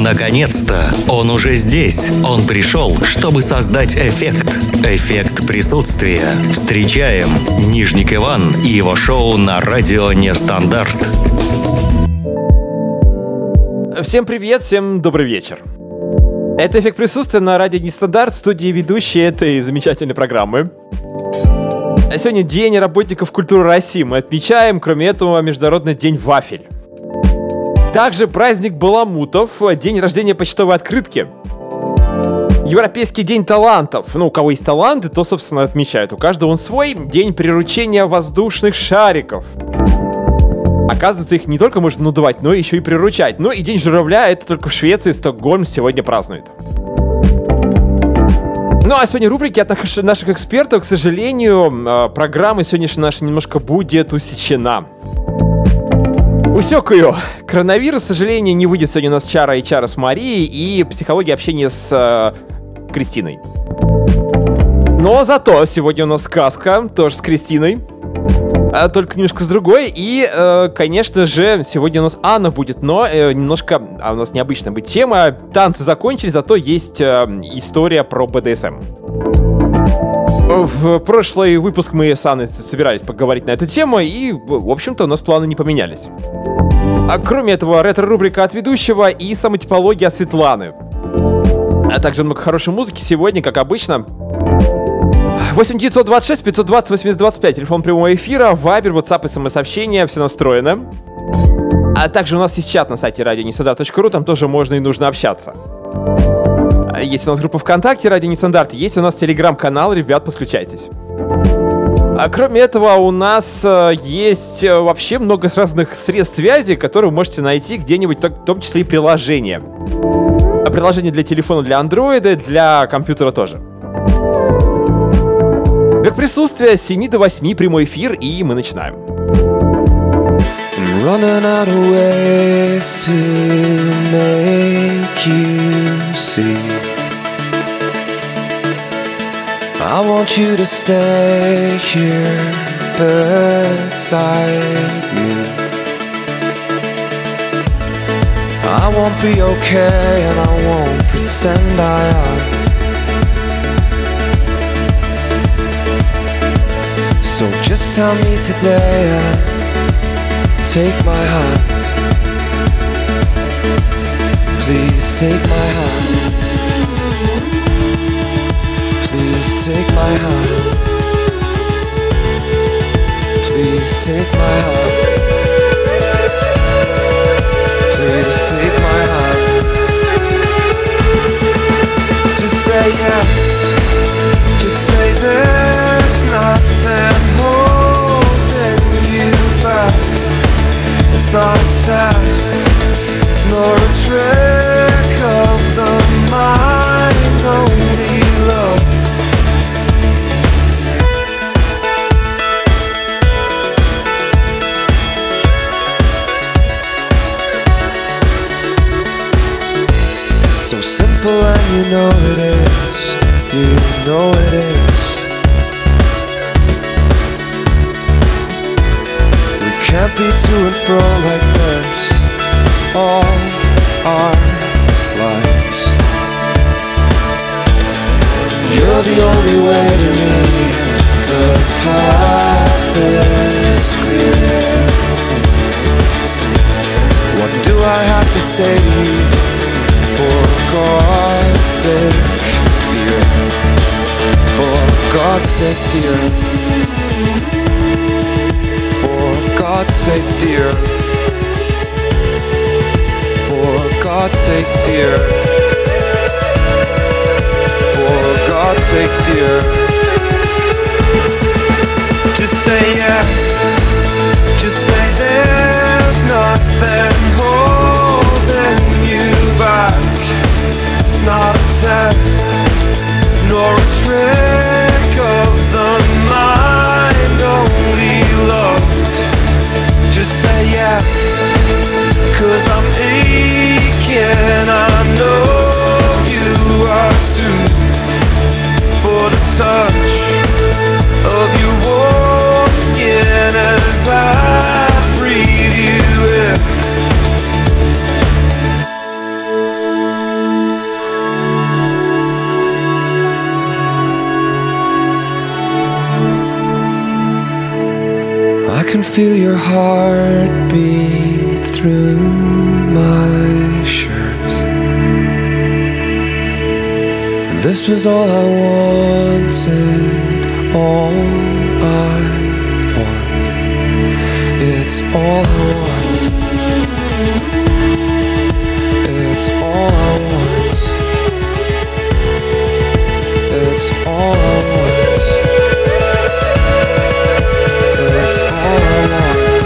Наконец-то! Он уже здесь. Он пришел, чтобы создать эффект. Эффект присутствия. Встречаем Нижник Иван и его шоу на радио Нестандарт. Всем привет, всем добрый вечер. Это «Эффект присутствия» на радио Нестандарт, в студии ведущие этой замечательной программы. Сегодня День работников культуры России. Мы отмечаем, кроме этого, Международный день вафель. Также праздник Баламутов, день рождения почтовой открытки. Европейский день талантов. У кого есть таланты, то, собственно, отмечают. У каждого он свой. День приручения воздушных шариков. Оказывается, их не только можно надувать, но еще и приручать. И день журавля, это только в Швеции, Стокгольм сегодня празднует. А сегодня рубрики от наших экспертов. К сожалению, программа сегодняшняя наша немножко будет усечена. Усек ее. Коронавирус, к сожалению, не выйдет сегодня у нас Чара и Чара с Марией и психология общения с Кристиной. Но зато сегодня у нас сказка, тоже с Кристиной, только немножко с другой. И, конечно же, сегодня у нас Анна будет, но немножко, у нас необычная будет тема. Танцы закончились, зато есть история про БДСМ. В прошлый выпуск мы с Анной собирались поговорить на эту тему, и, в общем-то, у нас планы не поменялись. А кроме этого, ретро-рубрика от ведущего и самотипология от Светланы. А также много хорошей музыки сегодня, как обычно. 8-926 520 8025, телефон прямого эфира, Вайбер, WhatsApp и смс-сообщения, все настроено. А также у нас есть чат на сайте radionestandarт.ru, там тоже можно и нужно общаться. Есть у нас группа ВКонтакте «Радио Нестандарт», есть у нас телеграм-канал, ребят, подключайтесь. А кроме этого, у нас есть вообще много разных средств связи, которые вы можете найти где-нибудь, в том числе и приложения. Приложение для телефона, для андроида, для компьютера тоже. Как присутствие, с 7 до 8 прямой эфир, и мы начинаем. Running out of ways to make you see. I want you to stay here beside me. I won't be okay and I won't pretend I am. So just tell me today and take my hand. Please take my hand. Please take my hand. Please take my hand. Please take my hand. Just say yes. Just say there's nothing holding you back. It's not a test, nor a trick of the mind, only love. It's so simple and you know it is, you know it is. Can't be to and fro like this all our lives. You're the only way to me. The path is clear. What do I have to say to you? For God's sake, dear. For God's sake, dear. For God's sake, dear. For God's sake, dear. For God's sake, dear. Just say yes. Just say there's nothing holding you back. It's not a test, nor a trick of the mind, only love. Just say yes, 'cause I'm aching, I know you are too. For the touch of your warm skin as I breathe you in. feel your heartbeat through my shirt. And this was all I wanted, all I want. It's all I want. It's all I want. It's all I want. It's all I want.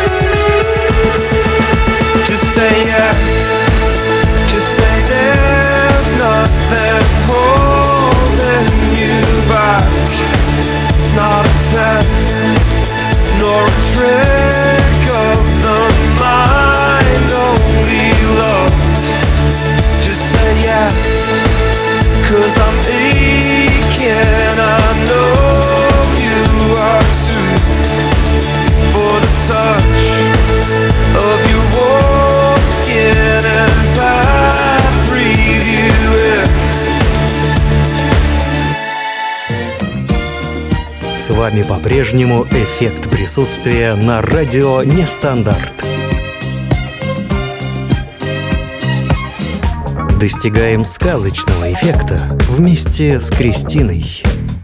Just say yes. Just say there's nothing holding you back. It's not a test, nor a trick of the mind, only love. Just say yes, 'cause I'm aching, I know you are too. For the touch of your warm skin as I breathe you in. С вами по-прежнему эффект присутствия на радио Нестандарт. Достигаем сказочного эффекта вместе с Кристиной.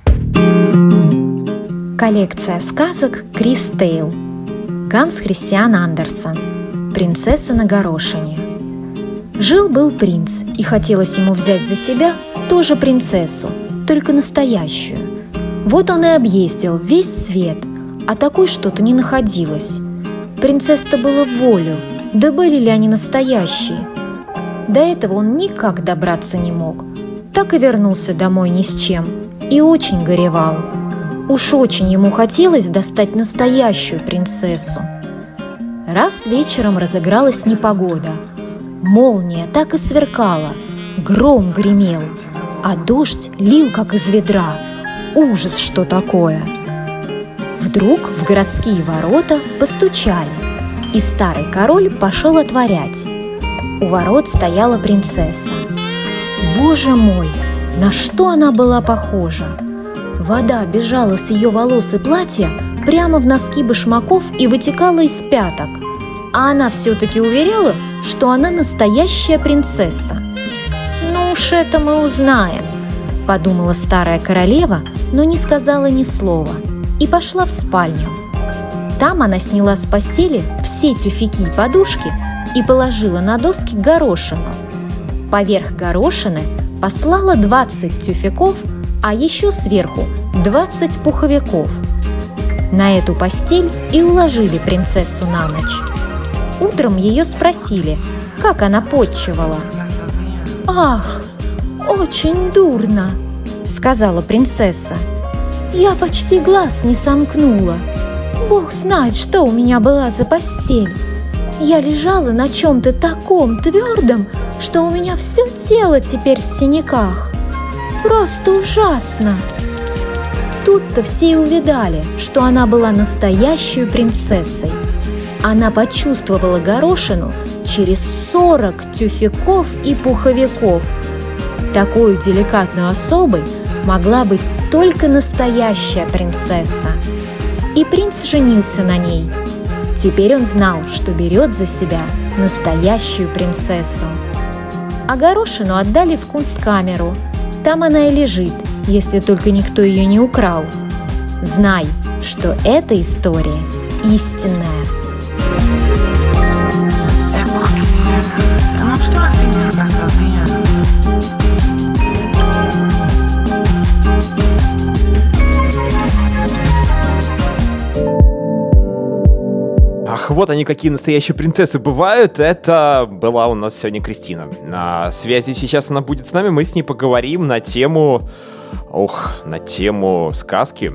Коллекция сказок Крис Тейл. Ганс Христиан Андерсен. Принцесса на горошине. Жил-был принц, и хотелось ему взять за себя тоже принцессу, только настоящую. Вот он и объездил весь свет, а такой что-то не находилось. Принцесс-то было в волю, да были ли они настоящие? До этого он никак добраться не мог. Так и вернулся домой ни с чем. И очень горевал. Уж очень ему хотелось достать настоящую принцессу. Раз вечером разыгралась непогода. Молния так и сверкала, гром гремел, а дождь лил, как из ведра. Ужас, что такое! Вдруг в городские ворота постучали, и старый король пошел отворять. У ворот стояла принцесса. Боже мой, на что она была похожа! Вода бежала с ее волос и платья прямо в носки башмаков и вытекала из пяток. А она все-таки уверяла, что она настоящая принцесса. «Ну уж это мы узнаем», – подумала старая королева, но не сказала ни слова, и пошла в спальню. Там она сняла с постели все тюфяки и подушки и положила на доски горошину. Поверх горошины послала 20 тюфяков, а еще сверху 20 пуховиков. На эту постель и уложили принцессу на ночь. Утром ее спросили, как она почивала. «Ах, очень дурно», — сказала принцесса. «Я почти глаз не сомкнула. Бог знает, что у меня была за постель. Я лежала на чем-то таком твердом, что у меня все тело теперь в синяках. Просто ужасно!» Тут-то все и увидали, что она была настоящей принцессой. Она почувствовала горошину через 40 тюфяков и пуховиков. Такой деликатной особой могла быть только настоящая принцесса. И принц женился на ней. Теперь он знал, что берет за себя настоящую принцессу. А горошину отдали в кунсткамеру. Там она и лежит, если только никто ее не украл. Знай, что эта история истинная. Ах, вот они какие настоящие принцессы бывают. Это была у нас сегодня Кристина. На связи сейчас она будет с нами. Мы с ней поговорим на тему... на тему сказки.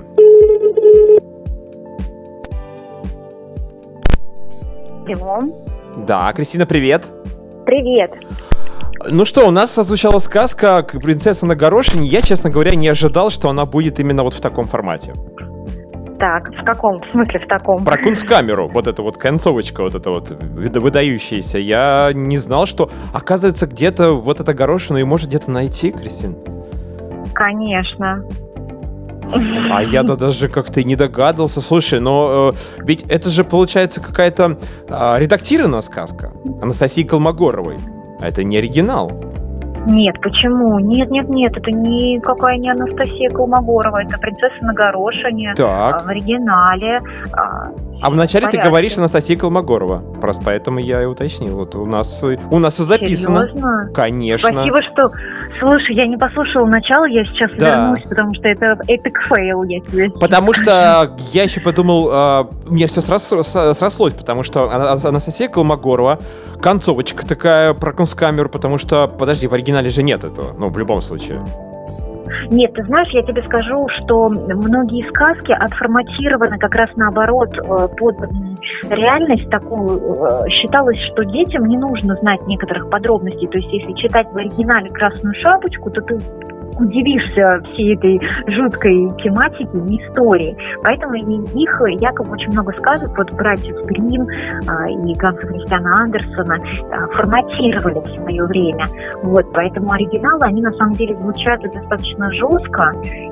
Алло. Да, Кристина, привет. Привет. Ну что, у нас озвучала сказка «Принцесса на горошине». Я, честно говоря, не ожидал, что она будет именно вот в таком формате. Так, в каком? В смысле в таком? Про кунсткамеру, вот эта вот концовочка, вот эта вот выдающаяся. Я не знал, что, оказывается, где-то вот эта горошина и может где-то найти, Кристина. Конечно. А я-то даже как-то и не догадывался. Слушай, но ведь это же получается какая-то редактированная сказка Анастасии Колмогоровой. А это не оригинал. Нет, почему? Нет, это никакая не Анастасия Колмогорова, это «Принцесса на горошине» Так. в оригинале. А вначале ты порядке. говоришь Анастасия Колмогорова. Просто поэтому я и уточнил. Вот у нас все записано. Серьезно? Конечно. Спасибо, что... Слушай, я не послушала начало, я сейчас Да. вернусь, потому что это эпик фейл, я тебе... Потому что я еще подумал, мне все срослось, потому что Анастасия Колмогорова, концовочка такая про Кунсткамеру, потому что, подожди, в оригинале же нет этого, ну, в любом случае. Нет, ты знаешь, я тебе скажу, что многие сказки отформатированы как раз наоборот под реальность такую. Считалось, что детям не нужно знать некоторых подробностей. То есть, если читать в оригинале «Красную шапочку», то ты удивишься всей этой жуткой тематике и истории. Поэтому их якобы очень много сказок, вот братьев Гримм и Ганса Христиана Андерсена форматировали в свое время. Вот, поэтому оригиналы, они на самом деле звучат достаточно жестко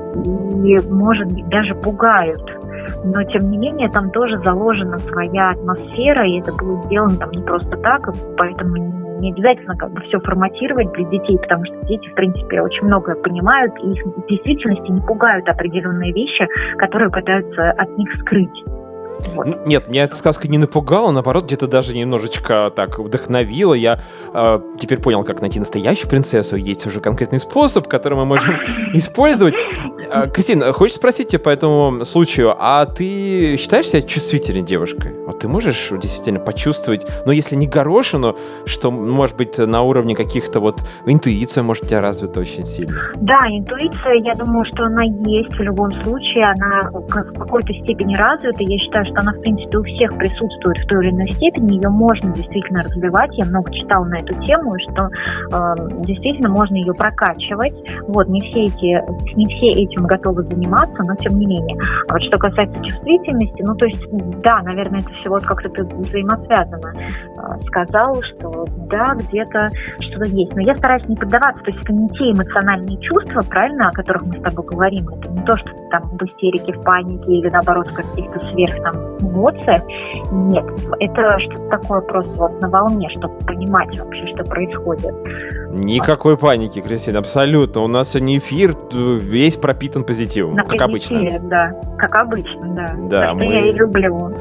и, может быть, даже пугают. Но, тем не менее, там тоже заложена своя атмосфера, и это было сделано там не просто так, и поэтому не обязательно как бы все форматировать для детей, потому что дети, в принципе, очень многое понимают, и их в действительности не пугают определенные вещи, которые пытаются от них скрыть. Вот. Нет, меня эта сказка не напугала, наоборот, где-то даже немножечко так вдохновила. Я теперь понял, как найти настоящую принцессу. Есть уже конкретный способ, который мы можем использовать. Кристина, хочешь спросить тебя по этому случаю, а ты считаешь себя чувствительной девушкой? Вот ты можешь действительно почувствовать, ну, если не горошину, что, может быть, на уровне каких-то вот интуиция, может, у тебя развита очень сильно? Да, интуиция, я думаю, что она есть в любом случае, она в какой-то степени развита. Я считаю, что она, в принципе, у всех присутствует в той или иной степени, ее можно действительно развивать. Я много читала на эту тему, что действительно можно ее прокачивать. Вот, не все этим готовы заниматься, но тем не менее. А вот что касается чувствительности, ну, то есть, да, наверное, это все вот как-то ты взаимосвязано сказал, что да, где-то что-то есть. Но я стараюсь не поддаваться, то есть это не те эмоциональные чувства, правильно, о которых мы с тобой говорим. Это не то, что ты там в истерике, в панике или, наоборот, в каких-то сверх там эмоциях. Нет, это что-то такое просто вот на волне, чтобы понимать вообще, что происходит. Никакой паники, Кристина, абсолютно. У нас сегодня эфир весь пропитан позитивом, На как позитиве, обычно. да, как обычно, да. Да, что мы- я и люблю.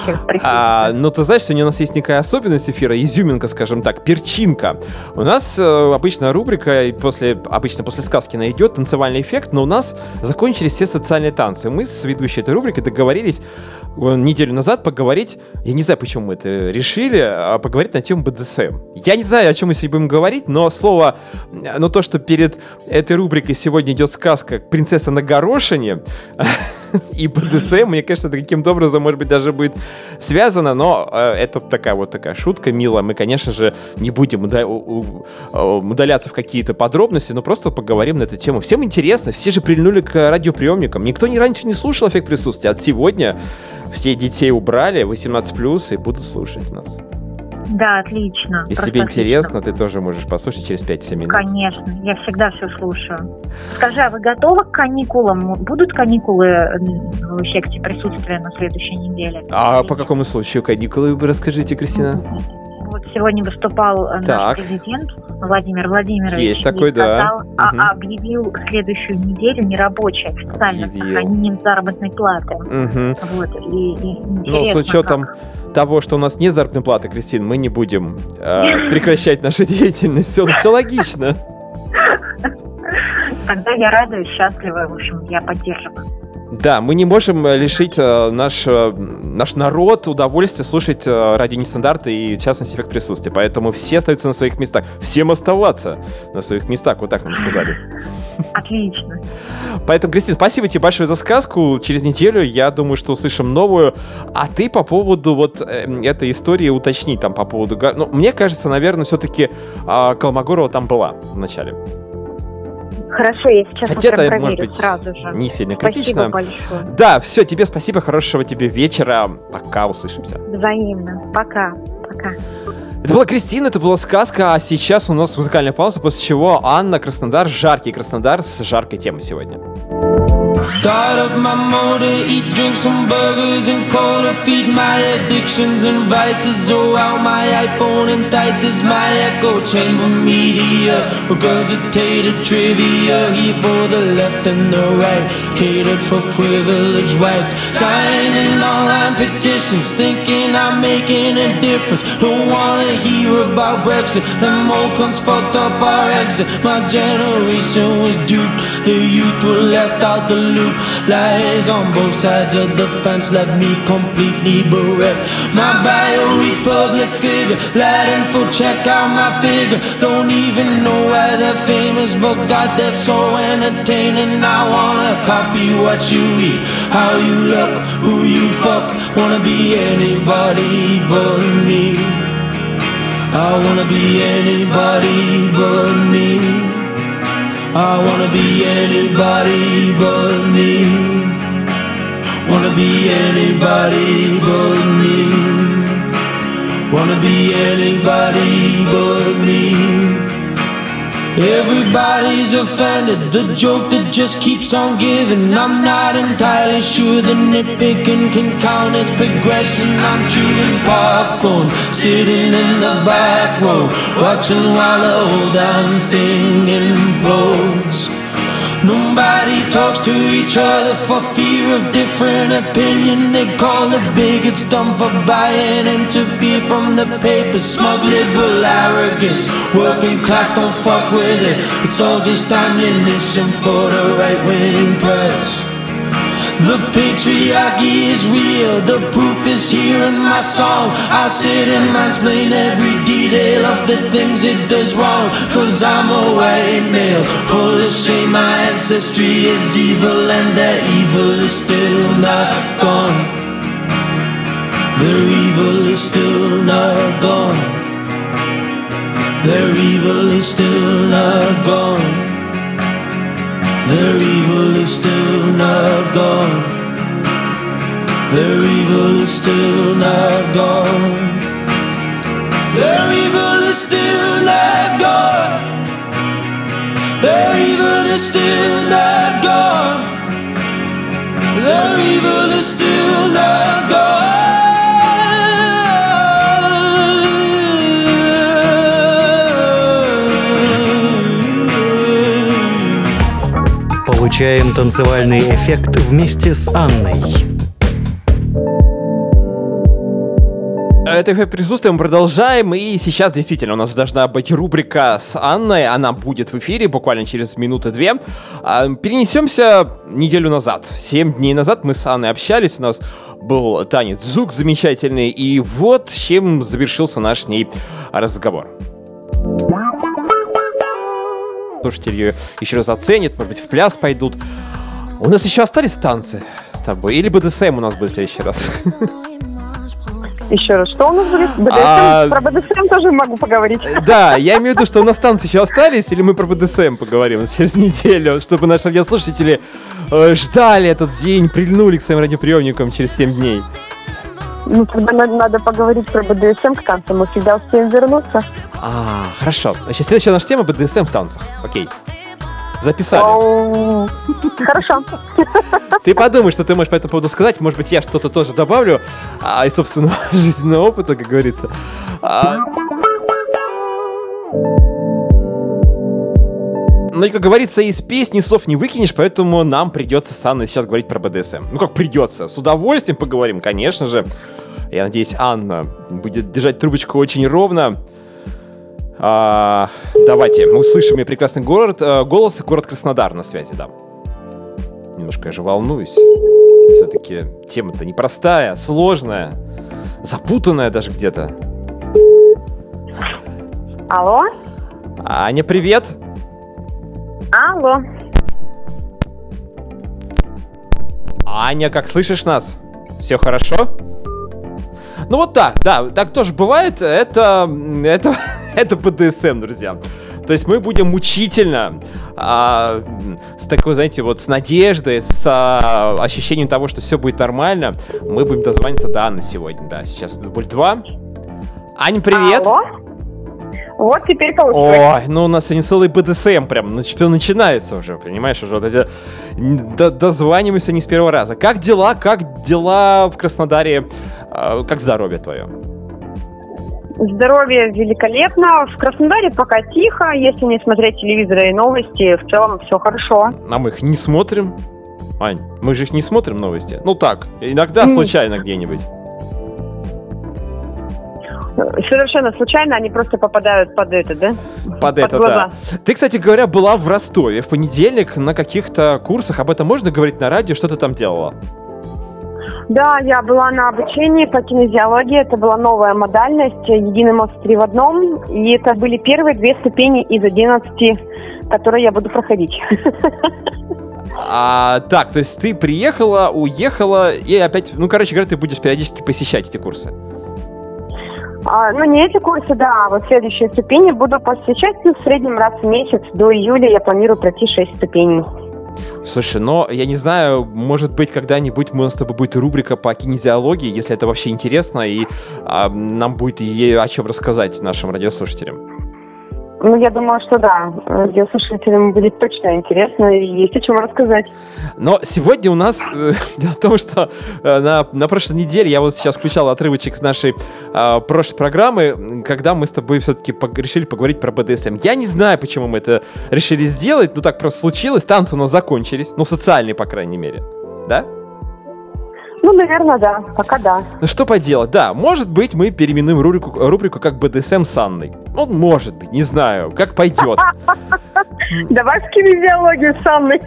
Ну, ты знаешь, сегодня у нас есть некая особенность эфира, изюминка, скажем так, перчинка. У нас обычная рубрика, и обычно после сказки она идет, танцевальный эффект, но у нас закончились все социальные танцы. Мы с ведущей этой рубрикой договорились неделю назад поговорить, я не знаю, почему мы это решили, поговорить на тему БДСМ. Я не знаю, о чем мы сегодня будем говорить, но то, что перед этой рубрикой сегодня идет сказка «Принцесса на горошине», и БДСМ, мне кажется, это каким-то образом, может быть, даже будет связано, но это такая шутка милая. Мы, конечно же, не будем удаляться в какие-то подробности, но просто поговорим на эту тему. Всем интересно, все же прильнули к радиоприемникам. Никто раньше не слушал «Эффект присутствия», от сегодня все детей убрали, 18+, и будут слушать нас. Да, отлично. Если Просто тебе отлично. интересно, ты тоже можешь послушать через 5-7 минут. Конечно, я всегда все слушаю. Скажи, а вы готовы к каникулам? Будут каникулы в эффекте присутствия на следующей неделе? А по какому случаю каникулы, вы расскажите, Кристина? Вот сегодня выступал Так. наш президент Владимир Владимирович. Есть и такой, да. сказал, Мгм. объявил следующую неделю нерабочей официально с Объявил. сохранением заработной платы. Угу. Вот, и Ну, интересно, с учетом как. того, что у нас нет заработной платы, Кристин, мы не будем прекращать нашу деятельность. Все логично. Тогда я рада, счастлива, в общем, я поддерживаю. Да, мы не можем лишить наш народ удовольствия слушать радио Нестандарт и, в частности, «Эффект присутствия». Поэтому все остаются на своих местах. Всем оставаться на своих местах, вот так нам сказали. Отлично. Поэтому, Кристина, спасибо тебе большое за сказку. Через неделю, я думаю, что услышим новую. А ты по поводу вот этой истории уточни там по поводу... Ну, мне кажется, наверное, все-таки Колмогорова там была в начале. Хорошо, я сейчас Хотя прям это, проверю может быть, сразу же. не сильно Спасибо критично. большое. Да, все, тебе спасибо, хорошего тебе вечера. Пока, услышимся. Взаимно. Пока. Пока. Это была Кристина, это была сказка, а сейчас у нас музыкальная пауза, после чего Анна, Краснодар, жаркий Краснодар с жаркой темой сегодня. Start up my motor, eat, drink some burgers and cola. Feed my addictions and vices. Oh, how my iPhone entices my echo chamber media. Regurgitated trivia, here for the left and the right. Catered for privileged whites. Signing online petitions, thinking I'm making a difference. Don't wanna hear about Brexit. Them old cunts fucked up our exit. My generation was duped. The youth were left out the loop. Lies on both sides of the fence left me completely bereft. My bio reads public figure. Latin full, check out my figure. Don't even know why they're famous, but God, they're so entertaining. I wanna copy what you eat, how you look, who you fuck. Wanna be anybody but me. I wanna be anybody but me. I wanna be anybody but me. Wanna be anybody but me. Wanna be anybody but me. Everybody's offended, the joke that just keeps on giving. I'm not entirely sure the nitpicking can count as progression. I'm chewing popcorn, sitting in the back row, watching while the whole damn thing implodes. Nobody talks to each other for fear of different opinion. They call the bigots dumb for buying into fear from the paper. Smug liberal arrogance, working class don't fuck with it. It's all just ammunition for the right-wing press. The patriarchy is real, the proof is here in my song. I sit and mansplain every detail of the things it does wrong. Cause I'm a white male, full of shame. My ancestry is evil and their evil is still not gone. Their evil is still not gone. Their evil is still not gone. Their evil is still not gone. Their evil is still not gone. Their evil is still not gone. Their evil is still not gone. Their evil is still not gone. Получаем танцевальный эффект вместе с Анной. Это эффект присутствия, мы продолжаем, и сейчас действительно у нас должна быть рубрика с Анной, она будет в эфире буквально через минуты-две. Перенесемся неделю назад, 7 дней назад мы с Анной общались, у нас был танец Зук замечательный, и вот чем завершился наш с ней разговор. Слушатели ее еще раз оценят, может быть, в пляс пойдут. У нас еще остались танцы с тобой? Или БДСМ у нас будет в следующий раз? Еще раз, что у нас будет? БДСМ? Про БДСМ тоже могу поговорить. Да, я имею в виду, что у нас танцы еще остались, или мы про БДСМ поговорим через неделю, чтобы наши радиослушатели ждали этот день, прильнули к своим радиоприемникам через 7 дней. Ну, тогда надо поговорить про БДСМ к танцам, мы всегда успеем вернуться. Хорошо. Значит, следующая наша тема — БДСМ в танцах. Окей. Записали. Хорошо. Ты подумай, что ты можешь по этому поводу сказать. Может быть, я что-то тоже добавлю из собственного жизненного опыта, как говорится. Ну и, как говорится, из песни слов не выкинешь, поэтому нам придется с Анной сейчас говорить про БДСМ. Ну как придется? С удовольствием поговорим, конечно же. Я надеюсь, Анна будет держать трубочку очень ровно. Давайте, мы услышим ее прекрасный голос, город Краснодар на связи, да. Немножко я же волнуюсь. Все-таки тема-то непростая, сложная, запутанная даже где-то. Алло? Аня, привет! Алло. Аня, как слышишь нас? Все хорошо? Ну вот так, да, так тоже бывает. Это БДСМ, друзья. То есть мы будем мучительно, с такой, знаете, вот с надеждой, с ощущением того, что все будет нормально, мы будем дозвониться до Анны сегодня, да. Сейчас дубль 2. Аня, привет! Алло? Вот теперь получилось. Ой, ну у нас сегодня целый БДСМ прям начинается уже, понимаешь, уже вот эти... Дозваниваемся не с первого раза. Как дела в Краснодаре? Как здоровье твое? Здоровье великолепно. В Краснодаре пока тихо, если не смотреть телевизор и новости, в целом все хорошо. А мы их не смотрим. Ань, мы же их не смотрим, новости. Ну так, иногда случайно где-нибудь. Совершенно случайно, они просто попадают под это, да? Под это, глаза. да. Ты, кстати говоря, была в Ростове в понедельник на каких-то курсах. Об этом можно говорить на радио? Что ты там делала? Да, я была на обучении по кинезиологии. Это была новая модальность, единый мозг 3 в одном. И это были первые 2 ступени из 11, которые я буду проходить. Так, то есть ты приехала, уехала и опять... Ну, короче говоря, ты будешь периодически посещать эти курсы. Ну, не эти курсы, да, вот следующие ступени буду посещать, в среднем раз в месяц. До июля я планирую пройти 6 ступеней. Слушай, но я не знаю, может быть, когда-нибудь у нас с тобой будет рубрика по кинезиологии, если это вообще интересно, и нам будет ей о чем рассказать нашим радиослушателям. Ну, я думаю, что да, радиослушателям будет точно интересно, и есть о чем рассказать. Но сегодня у нас, дело в том, что на прошлой неделе, я вот сейчас включал отрывочек с нашей прошлой программы, когда мы с тобой все-таки решили поговорить про БДСМ. Я не знаю, почему мы это решили сделать, но так просто случилось, танцы у нас закончились, ну, социальные, по крайней мере, да? Ну, наверное, да, пока да. Ну, что поделать, да, может быть, мы переименуем рубрику как БДСМ с Анной. Ну, может быть, не знаю, как пойдет. Давай в кинезиологию с Анной.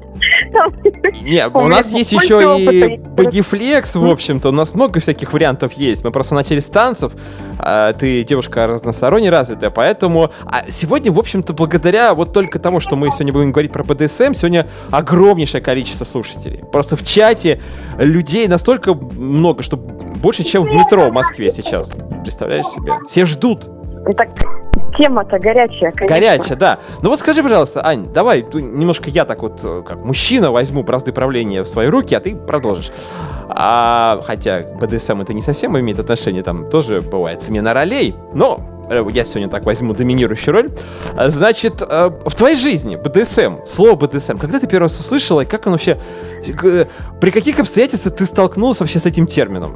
Не, у нас есть еще и бодифлекс, в общем-то, у нас много всяких вариантов есть. Мы просто начали с танцев, ты девушка разносторонне развитая, поэтому... сегодня, в общем-то, благодаря вот только тому, что мы сегодня будем говорить про БДСМ, сегодня огромнейшее количество слушателей. Просто в чате людей настолько много, что больше, чем в метро в Москве сейчас. Представляешь себе? Все ждут. Так, тема-то горячая, конечно. Горячая, да. Ну вот скажи, пожалуйста, Ань, давай немножко я так вот, как мужчина, возьму бразды правления в свои руки, а ты продолжишь. Хотя к БДСМ это не совсем имеет отношение, там тоже бывает смена ролей, но я сегодня так возьму доминирующую роль. Значит, в твоей жизни БДСМ, слово БДСМ, когда ты первый раз услышала, и как оно вообще, при каких обстоятельствах ты столкнулась вообще с этим термином?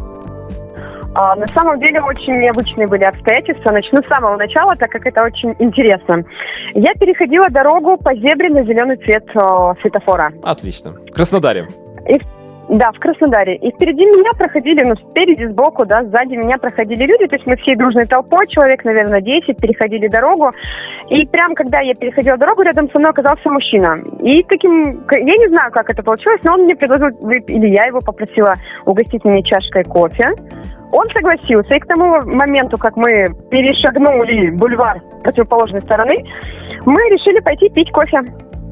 На самом деле очень необычные были обстоятельства. Начну с самого начала, так как это очень интересно. Я переходила дорогу по зебре на зеленый цвет светофора. Отлично. В Краснодаре. Да, в Краснодаре. И впереди меня проходили, спереди, сбоку, да, сзади меня проходили люди. То есть мы всей дружной толпой, человек, наверное, 10, переходили дорогу. И прям когда я переходила дорогу, рядом со мной оказался мужчина. И таким, я не знаю, как это получилось, но он мне предложил, или я его попросила угостить меня чашкой кофе. Он согласился, и к тому моменту, как мы перешагнули бульвар противоположной стороны, мы решили пойти пить кофе.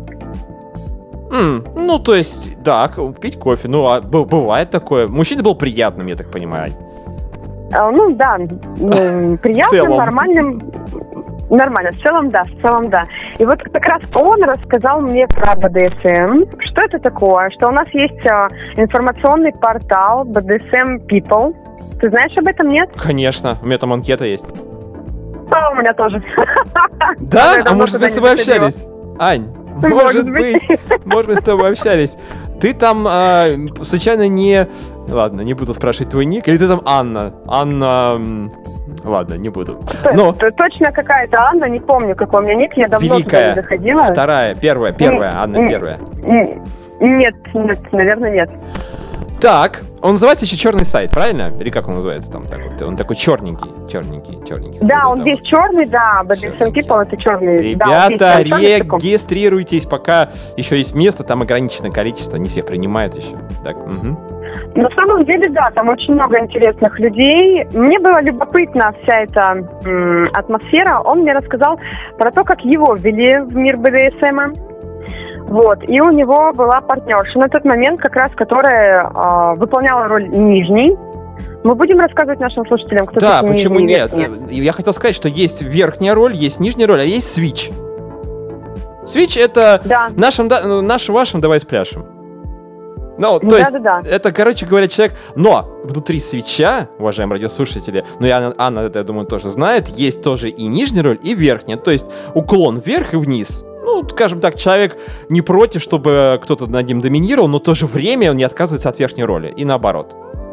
Ну, то есть, да, пить кофе, бывает такое. Мужчина был приятным, я так понимаю. Ну, да, приятным, нормальным. Нормально, в целом да. И вот как раз он рассказал мне про БДСМ. Что это такое? Что у нас есть информационный портал BDSM People. Ты знаешь об этом, нет? Конечно, у меня там анкета есть. У меня тоже. Да? А может, мы с тобой общались? Ань, может быть, мы с тобой общались. Ты там случайно не... Ладно, не буду спрашивать твой ник. Или ты там Анна? Ладно, не буду. Но... Точно какая-то Анна, не помню, какой у меня ник. Я давно туда не заходила. Вторая, первая, Анна первая. Нет, наверное, нет. Так, он называется еще черный сайт, правильно? Или как он называется там? Так вот, он такой черненький. Да, он весь черный, да. BDSM People это черный. Ребята, регистрируйтесь, пока еще есть место, там ограниченное количество, не всех принимают еще. Так, На самом деле, да, там очень много интересных людей. Мне было любопытно вся эта атмосфера. Он мне рассказал про то, как его ввели в мир BDSM. Вот, и у него была партнерша на тот момент, как раз, которая выполняла роль нижней. Мы будем рассказывать нашим слушателям, кто такой нижний. Да, почему нет? Я хотел сказать, что есть верхняя роль, есть нижняя роль, а есть свич. Свич это вашим, давай спряжем. Ну, то есть, Да-да-да. это, короче говоря, человек... Но внутри свеча, уважаемые радиослушатели, ну и Анна это, я думаю, тоже знает, есть тоже и нижняя роль, и верхняя. То есть уклон вверх и вниз. Ну, скажем так, человек не против, чтобы кто-то над ним доминировал, но в то же время он не отказывается от верхней роли. И наоборот.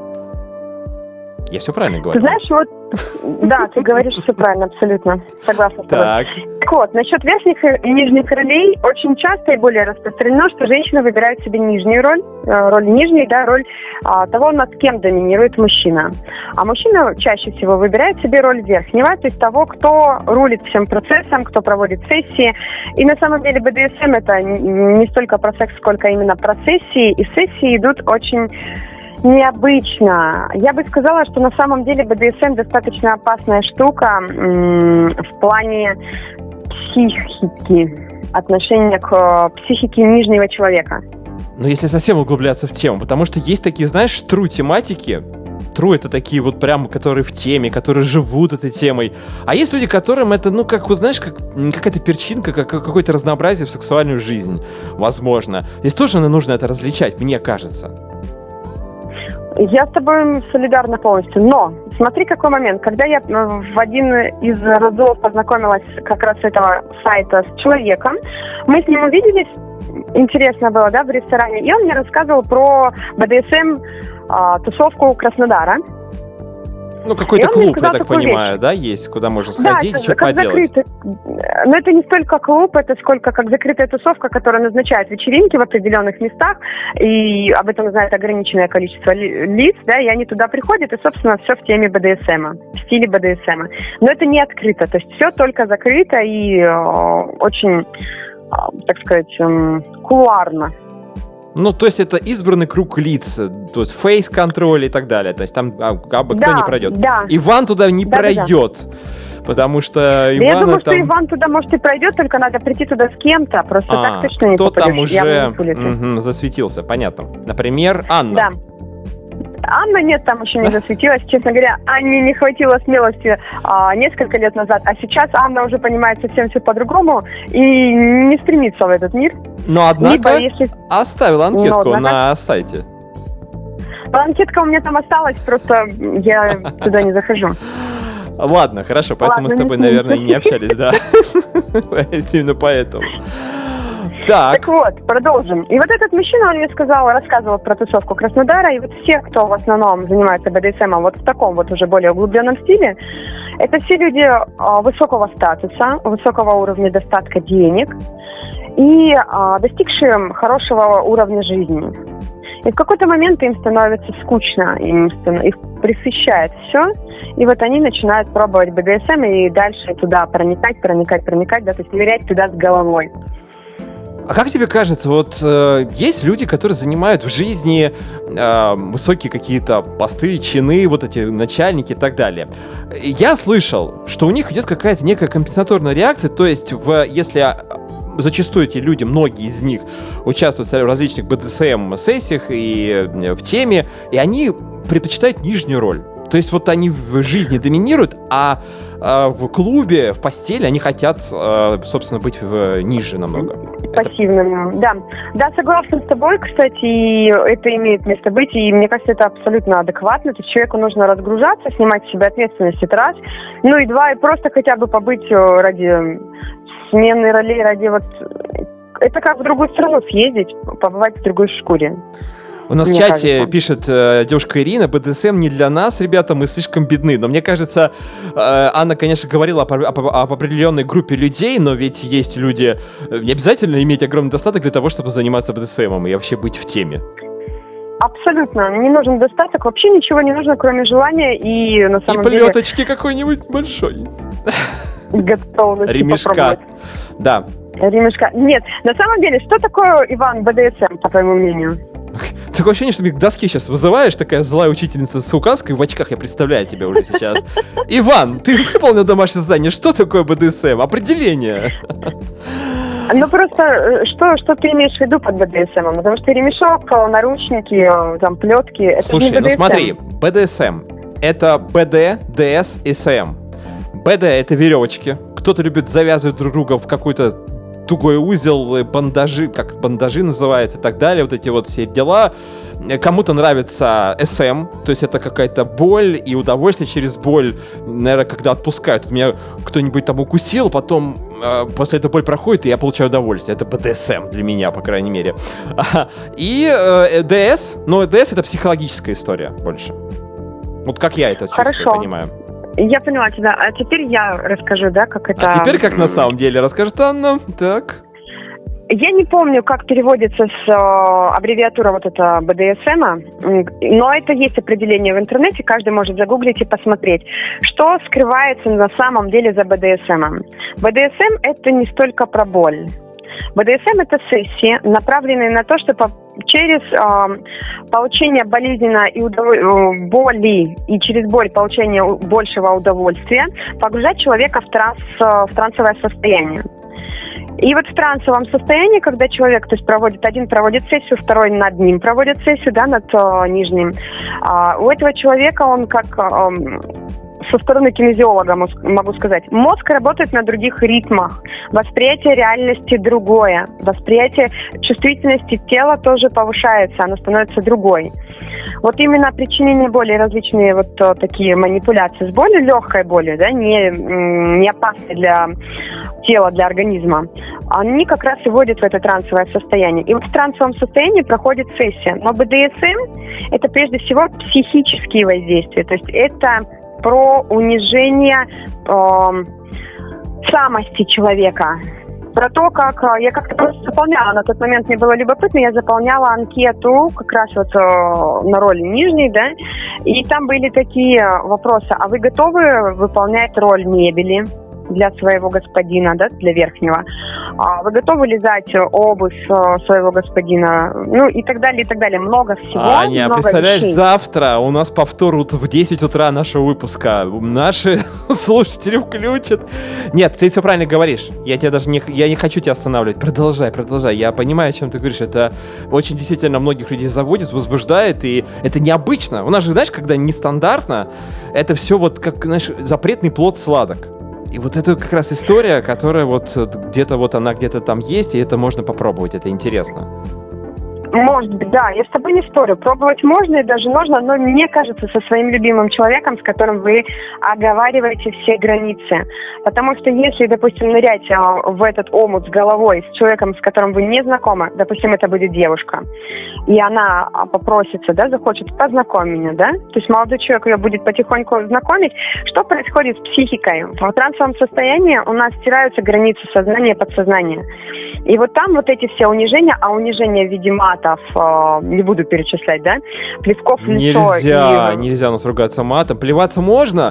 Я все правильно говорю? Ты знаешь, вот, да, ты говоришь все правильно, абсолютно. Согласна с тобой. Так. Так вот, насчет верхних и нижних ролей, очень часто и более распространено, что женщина выбирает себе нижнюю роль нижней, да, роль того, над кем доминирует мужчина. А мужчина чаще всего выбирает себе роль верхнего, то есть того, кто рулит всем процессом, кто проводит сессии. И на самом деле БДСМ это не столько про секс, сколько именно про сессии. И сессии идут очень необычно. Я бы сказала, что на самом деле БДСМ достаточно опасная штука в плане психики, отношения к психике нижнего человека. Ну, если совсем углубляться в тему, потому что есть такие, знаешь, тру тематики. Тру — это такие вот прям, которые в теме, которые живут этой темой. А есть люди, которым это, ну, как, вот знаешь, как какая-то перчинка, как какое-то разнообразие в сексуальную жизнь, возможно. Здесь тоже нужно это различать, мне кажется. Я с тобой солидарна полностью, но смотри, какой момент. Когда я в один из разов познакомилась как раз с этого сайта с человеком, мы с ним увиделись, интересно было, да, в ресторане, и он мне рассказывал про БДСМ тусовку Краснодара. Ну, какой-то клуб, я так понимаю, вещь. Да, есть, куда можно сходить, да, что поделать. Но это не столько клуб, это сколько как закрытая тусовка, которая назначает вечеринки в определенных местах, и об этом знает ограниченное количество лиц, да, и они туда приходят, и, собственно, все в теме БДСМа, в стиле БДСМа. Но это не открыто, то есть все только закрыто и очень, так сказать, кулуарно. Ну, то есть это избранный круг лиц, то есть фейс-контроль и так далее. То есть там абы кто не пройдет. Да. Иван туда не пройдет, потому что Иван... Я думаю, что Иван туда, может, и пройдет, только надо прийти туда с кем-то, просто так точно не попадешь. Кто там уже засветился, понятно. Например, Анна. Да. Анна нет, там еще не засветилась. Честно говоря, Анне не хватило смелости несколько лет назад, а сейчас Анна уже понимает совсем все по-другому и не стремится в этот мир. Но однако оставила анкетку на сайте. Анкетка у меня там осталась, просто я туда не захожу. Ладно, хорошо, поэтому мы с тобой, наверное, и не общались, да. Именно поэтому. Так вот, продолжим. И вот этот мужчина, он мне рассказывал про тусовку Краснодара, и вот все, кто в основном занимается БДСМом вот в таком вот уже более углубленном стиле, это все люди высокого статуса, высокого уровня достатка денег и достигшие хорошего уровня жизни. И в какой-то момент им становится скучно, их пресыщает все, и вот они начинают пробовать БДСМ и дальше туда проникать, да, то есть нырять туда с головой. А как тебе кажется, вот есть люди, которые занимают в жизни высокие какие-то посты, чины, вот эти начальники и так далее. Я слышал, что у них идет какая-то некая компенсаторная реакция, то есть если зачастую эти люди, многие из них участвуют в различных БДСМ-сессиях и в теме, и они предпочитают нижнюю роль. То есть вот они в жизни доминируют, а в клубе, в постели они хотят, собственно, быть ниже намного. Пассивным, да. Да, согласна с тобой, кстати, и это имеет место быть, и мне кажется, это абсолютно адекватно. То есть человеку нужно разгружаться, снимать с себя ответственность, это раз. Ну и два, и просто хотя бы побыть ради смены ролей, ради вот... Это как в другую страну съездить, побывать в другой шкуре. У нас в чате пишет девушка Ирина: БДСМ не для нас, ребята, мы слишком бедны. Но мне кажется, Анна, конечно, говорила об определенной группе людей, но ведь есть люди, не обязательно иметь огромный достаток для того, чтобы заниматься БДСМом и вообще быть в теме. Абсолютно. Не нужен достаток, вообще ничего не нужно, кроме желания и на самом деле... И плеточки какой-нибудь большой. Готовности ремешка. Попробовать. Да. Ремешка. Нет, на самом деле, что такое, Иван, БДСМ, по твоему мнению? Такое ощущение, что мне к доске сейчас вызываешь, такая злая учительница с указкой в очках, я представляю тебя уже сейчас. Иван, ты выполнил домашнее задание, что такое БДСМ? Определение. Ну просто, что ты имеешь в виду под БДСМ? Потому что ремешок, наручники, там, плетки, это слушай, не БДСМ. Ну смотри, БДСМ — это БД, ДС и СМ. БД — это веревочки. Кто-то любит завязывать друг друга в какую-то тугой узел, бандажи, как бандажи называется и так далее, вот эти вот все дела. Кому-то нравится СМ, то есть это какая-то боль и удовольствие через боль, наверное, когда отпускают. Меня кто-нибудь там укусил, потом после этого боль проходит, и я получаю удовольствие. Это БДСМ для меня, по крайней мере. И ДС, но ДС это психологическая история больше. Вот как я это чувствую, понимаю. Я поняла тебя. А теперь я расскажу, да, как это... А теперь как на самом деле? Расскажет Анна. Так. Я не помню, как переводится с аббревиатура вот это БДСМа, но это есть определение в интернете, каждый может загуглить и посмотреть, что скрывается на самом деле за БДСМом. БДСМ – это не столько про боль. БДСМ – это сессии, направленные на то, чтобы через получение болезненной боли и через боль получение большего удовольствия погружать человека в трансовое состояние. И вот в трансовом состоянии, когда человек, то есть один проводит сессию, второй над ним проводит сессию, да, над нижним, у этого человека он как со стороны кинезиолога могу сказать, мозг работает на других ритмах, восприятие реальности другое, восприятие чувствительности тела тоже повышается, оно становится другой. Вот именно причинение боли, различные вот такие манипуляции с болью, легкой болью, да, не опасной для тела, для организма, они как раз и вводят в это трансовое состояние. И вот в трансовом состоянии проходит сессия. Но БДСМ – это прежде всего психические воздействия, то есть это про унижение самости человека. Про то, как я как-то просто заполняла, на тот момент мне было любопытно, я заполняла анкету как раз вот на роли нижней, да, и там были такие вопросы: а вы готовы выполнять роль мебели для своего господина, да, для верхнего? Вы готовы лизать обувь своего господина? Ну и так далее, и так далее. Много всего. Аня, много представляешь, вещей. Завтра у нас повтор в 10 утра нашего выпуска. Наши слушатели включат. Нет, ты все правильно говоришь. Я не хочу тебя останавливать. Продолжай. Я понимаю, о чем ты говоришь. Это очень действительно многих людей заводит, возбуждает, и это необычно. У нас же, знаешь, когда нестандартно, это все вот как, знаешь, запретный плод сладок. И вот это как раз история, которая вот где-то вот она где-то там есть, и это можно попробовать, это интересно. Может быть, да, я с тобой не спорю. Пробовать можно и даже нужно, но мне кажется, со своим любимым человеком, с которым вы оговариваете все границы. Потому что если, допустим, нырять в этот омут с головой с человеком, с которым вы не знакомы, допустим, это будет девушка, и она попросится, да, захочет, познакомь меня, да, то есть молодой человек ее будет потихоньку знакомить, что происходит с психикой? В трансовом состоянии у нас стираются границы сознания и подсознания. И вот там вот эти все унижения, а унижения в виде матов, не буду перечислять, да, плевков в лицо. Нельзя у нас ругаться матом. Плеваться можно,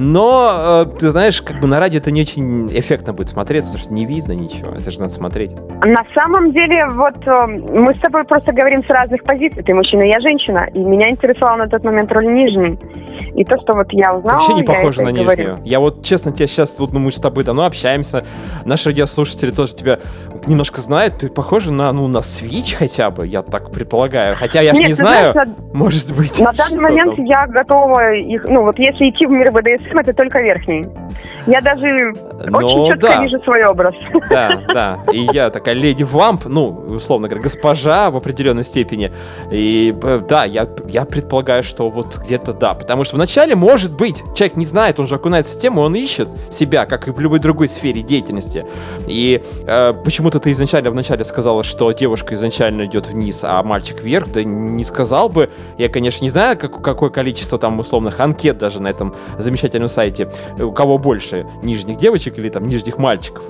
но, ты знаешь, как бы на радио это не очень эффектно будет смотреться, потому что не видно ничего, это же надо смотреть. На самом деле, вот мы с тобой просто говорим с разных позиций. Ты мужчина, я женщина, и меня интересовала на тот момент роль нижней. И то, что вот я узнала, вообще не похоже на нижнюю. Говорю. Я вот, честно, тебя сейчас, вот, мы с тобой давно общаемся, наши радиослушатели тоже тебя немножко знают, ты похожа на Switch хотя бы, я так предполагаю. Хотя я же не знаю, знаешь, может быть. На данный момент там? Я готова их, вот если идти в мир БДСМ, это только верхний. Я даже очень четко вижу свой образ. Да. И я такая леди вамп, условно говоря, госпожа в определенной степени. И да, я предполагаю, что вот где-то да. Потому что вначале, может быть, человек не знает, он же окунается в тему, он ищет себя, как и в любой другой сфере деятельности. И почему-то ты вначале сказала, что девушка изначально идет вниз, а мальчик вверх. Да не сказал бы. Я, конечно, не знаю, какое количество там условных анкет даже на этом замечательном сайте, у кого больше, нижних девочек или там нижних мальчиков.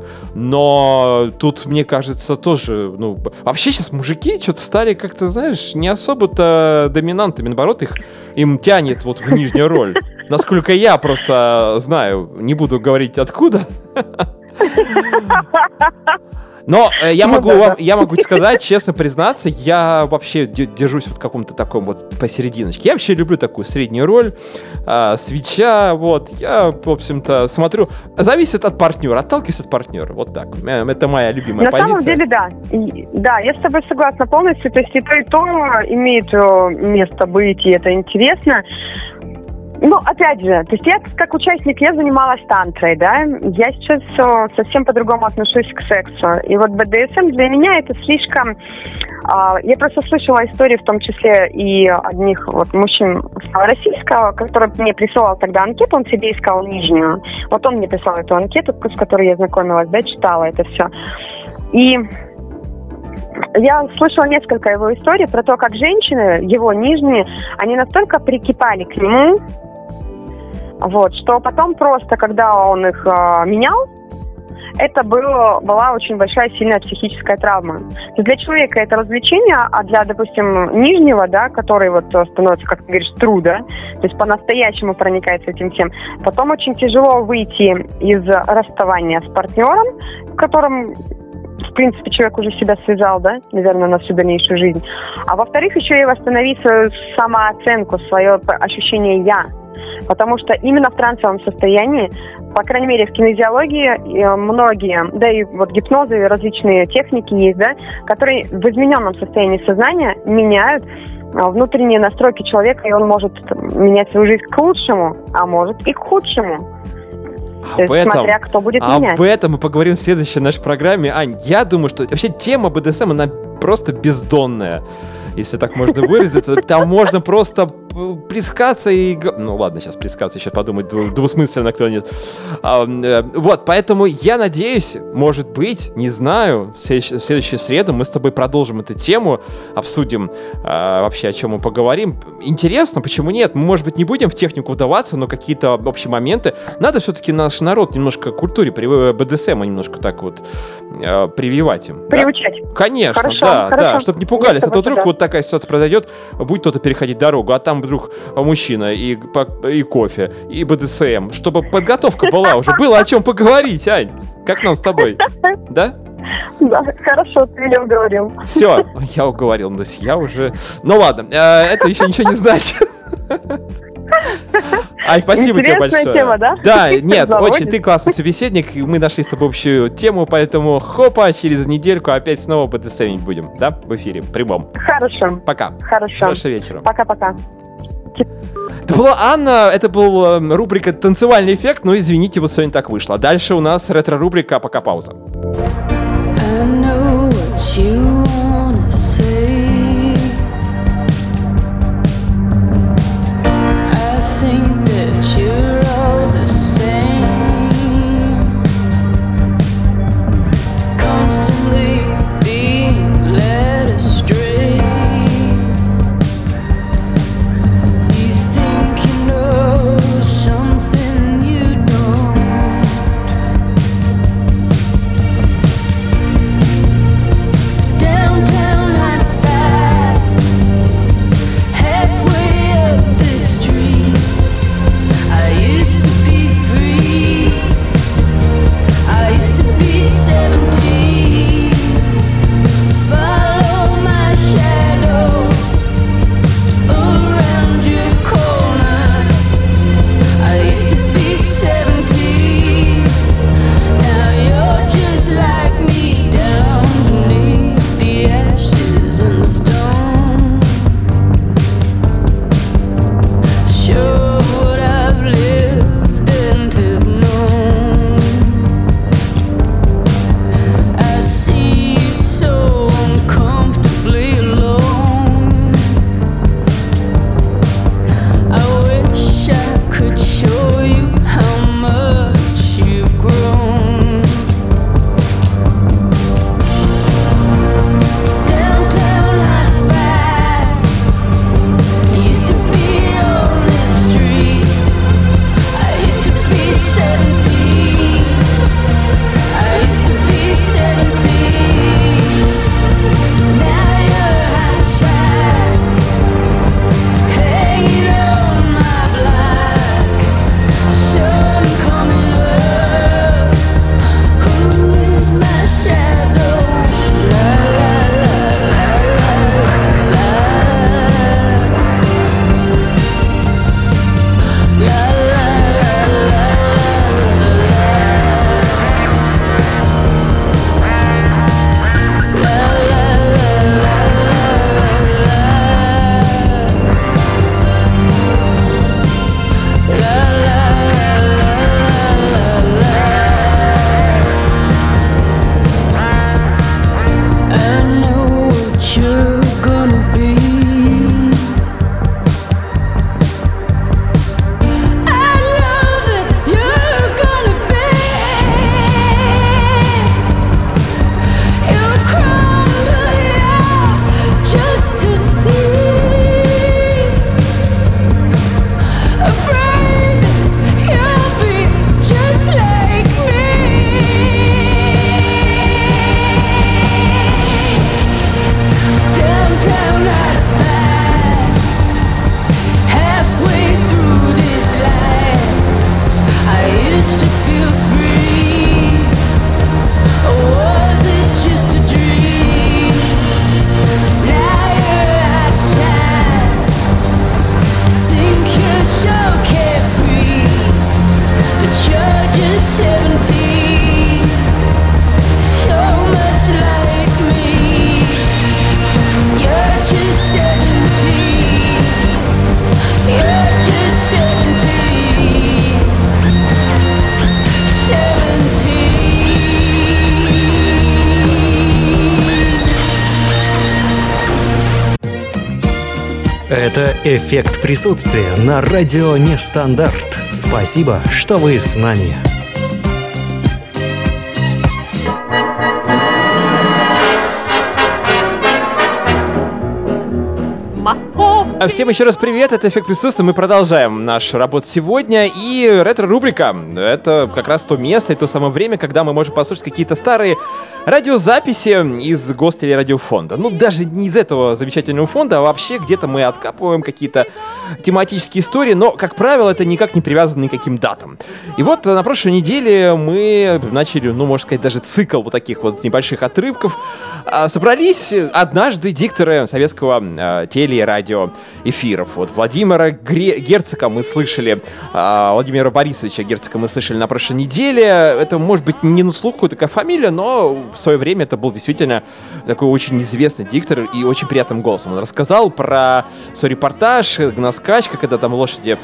Но тут, мне кажется, тоже, вообще сейчас мужики что-то стали как-то, знаешь, не особо-то доминантами, наоборот, им тянет вот в нижнюю роль. Насколько я просто знаю, не буду говорить откуда. Но я могу сказать, честно признаться, я вообще держусь вот в каком-то таком вот посерединочке. Я вообще люблю такую среднюю роль, свитча, вот. Я, в общем-то, смотрю, зависит от партнера, отталкиваюсь от партнера, вот так. Это моя любимая позиция. На самом деле, да. Да, я с тобой согласна полностью. То есть и то имеет место быть, и это интересно. Ну, опять же, то есть я как участник, я занималась тантрой, да, я сейчас совсем по-другому отношусь к сексу. И вот БДСМ для меня это слишком... Я просто слышала истории, в том числе и одних вот мужчин российского, который мне присылал тогда анкету, он себе искал нижнюю. Вот он мне прислал эту анкету, с которой я знакомилась, да, читала это все. И я слышала несколько его историй про то, как женщины, его нижние, они настолько прикипали к нему, вот, что потом просто, когда он их менял, это была очень большая, сильная психическая травма. То есть для человека это развлечение, а для, допустим, нижнего, да, который вот становится, как ты говоришь, true, да, то есть по-настоящему проникается этим всем, потом очень тяжело выйти из расставания с партнером, которым, в принципе, человек уже себя связал, да, наверное, на всю дальнейшую жизнь. А во-вторых, еще и восстановить свою самооценку, свое ощущение «я». Потому что именно в трансовом состоянии, по крайней мере, в кинезиологии многие, да и вот гипнозы, различные техники есть, да, которые в измененном состоянии сознания меняют внутренние настройки человека, и он может менять свою жизнь к лучшему, а может и к худшему. То есть, смотря кто будет менять. Об этом мы поговорим в следующей нашей программе. Ань, я думаю, что вообще тема БДСМ, она просто бездонная, если так можно выразиться. Там можно просто плескаться и... Ну ладно, сейчас плескаться, еще подумать двусмысленно кто-нибудь. Вот, поэтому я надеюсь, может быть, не знаю, в следующую среду мы с тобой продолжим эту тему, обсудим вообще, о чем мы поговорим. Интересно, почему нет? Мы, может быть, не будем в технику вдаваться, но какие-то общие моменты. Надо все-таки наш народ немножко к культуре БДСМа немножко так вот прививать им. Приучать. Да? Конечно, хорошо, да, хорошо. да, чтобы не пугались. А то вдруг да. вот такая ситуация произойдет, будет кто-то переходить дорогу, а там вдруг мужчина и кофе, и БДСМ, чтобы подготовка была уже. Было о чем поговорить, Ань. Как нам с тобой? Да? Да, хорошо, ты меня уговорил. Все, я уговорил, то есть я уже... Ну ладно, это еще ничего не значит. Ань, спасибо тебе большое. Интересная тема, да? Да, нет, Заводит. очень ты классный собеседник, мы нашли с тобой общую тему, поэтому хопа, через недельку опять снова БДСМ будем, да, в эфире, прямом. Хорошо. Пока. Хорошо. Хорошего вечера. Пока-пока. Это была Анна, это была рубрика «Танцевальный эффект», но извините, вот сегодня так вышло. Дальше у нас ретро-рубрика, пока пауза. I know what you wanna say. I think that you're all the same. Constantly being led astray. You think you know something you don't. Это «Эффект присутствия» на радио Нестандарт. Спасибо, что вы с нами. Всем еще раз привет, это «Эффект присутствия», мы продолжаем нашу работу сегодня, и ретро-рубрика — это как раз то место и то самое время, когда мы можем послушать какие-то старые радиозаписи из Гостелерадиофонда. Ну, даже не из этого замечательного фонда, а вообще где-то мы откапываем какие-то тематические истории, но, как правило, это никак не привязано ни к каким датам. И вот на прошлой неделе мы начали, можно сказать, даже цикл вот таких вот небольших отрывков. Собрались однажды дикторы советского теле- и радиоэфиров. Вот Владимира Герцога мы слышали, Владимира Борисовича Герцога мы слышали на прошлой неделе. Это, может быть, не на слуху такая фамилия, но в свое время это был действительно такой очень известный диктор и очень приятным голосом. Он рассказал про свой репортаж на скачках, когда там лошади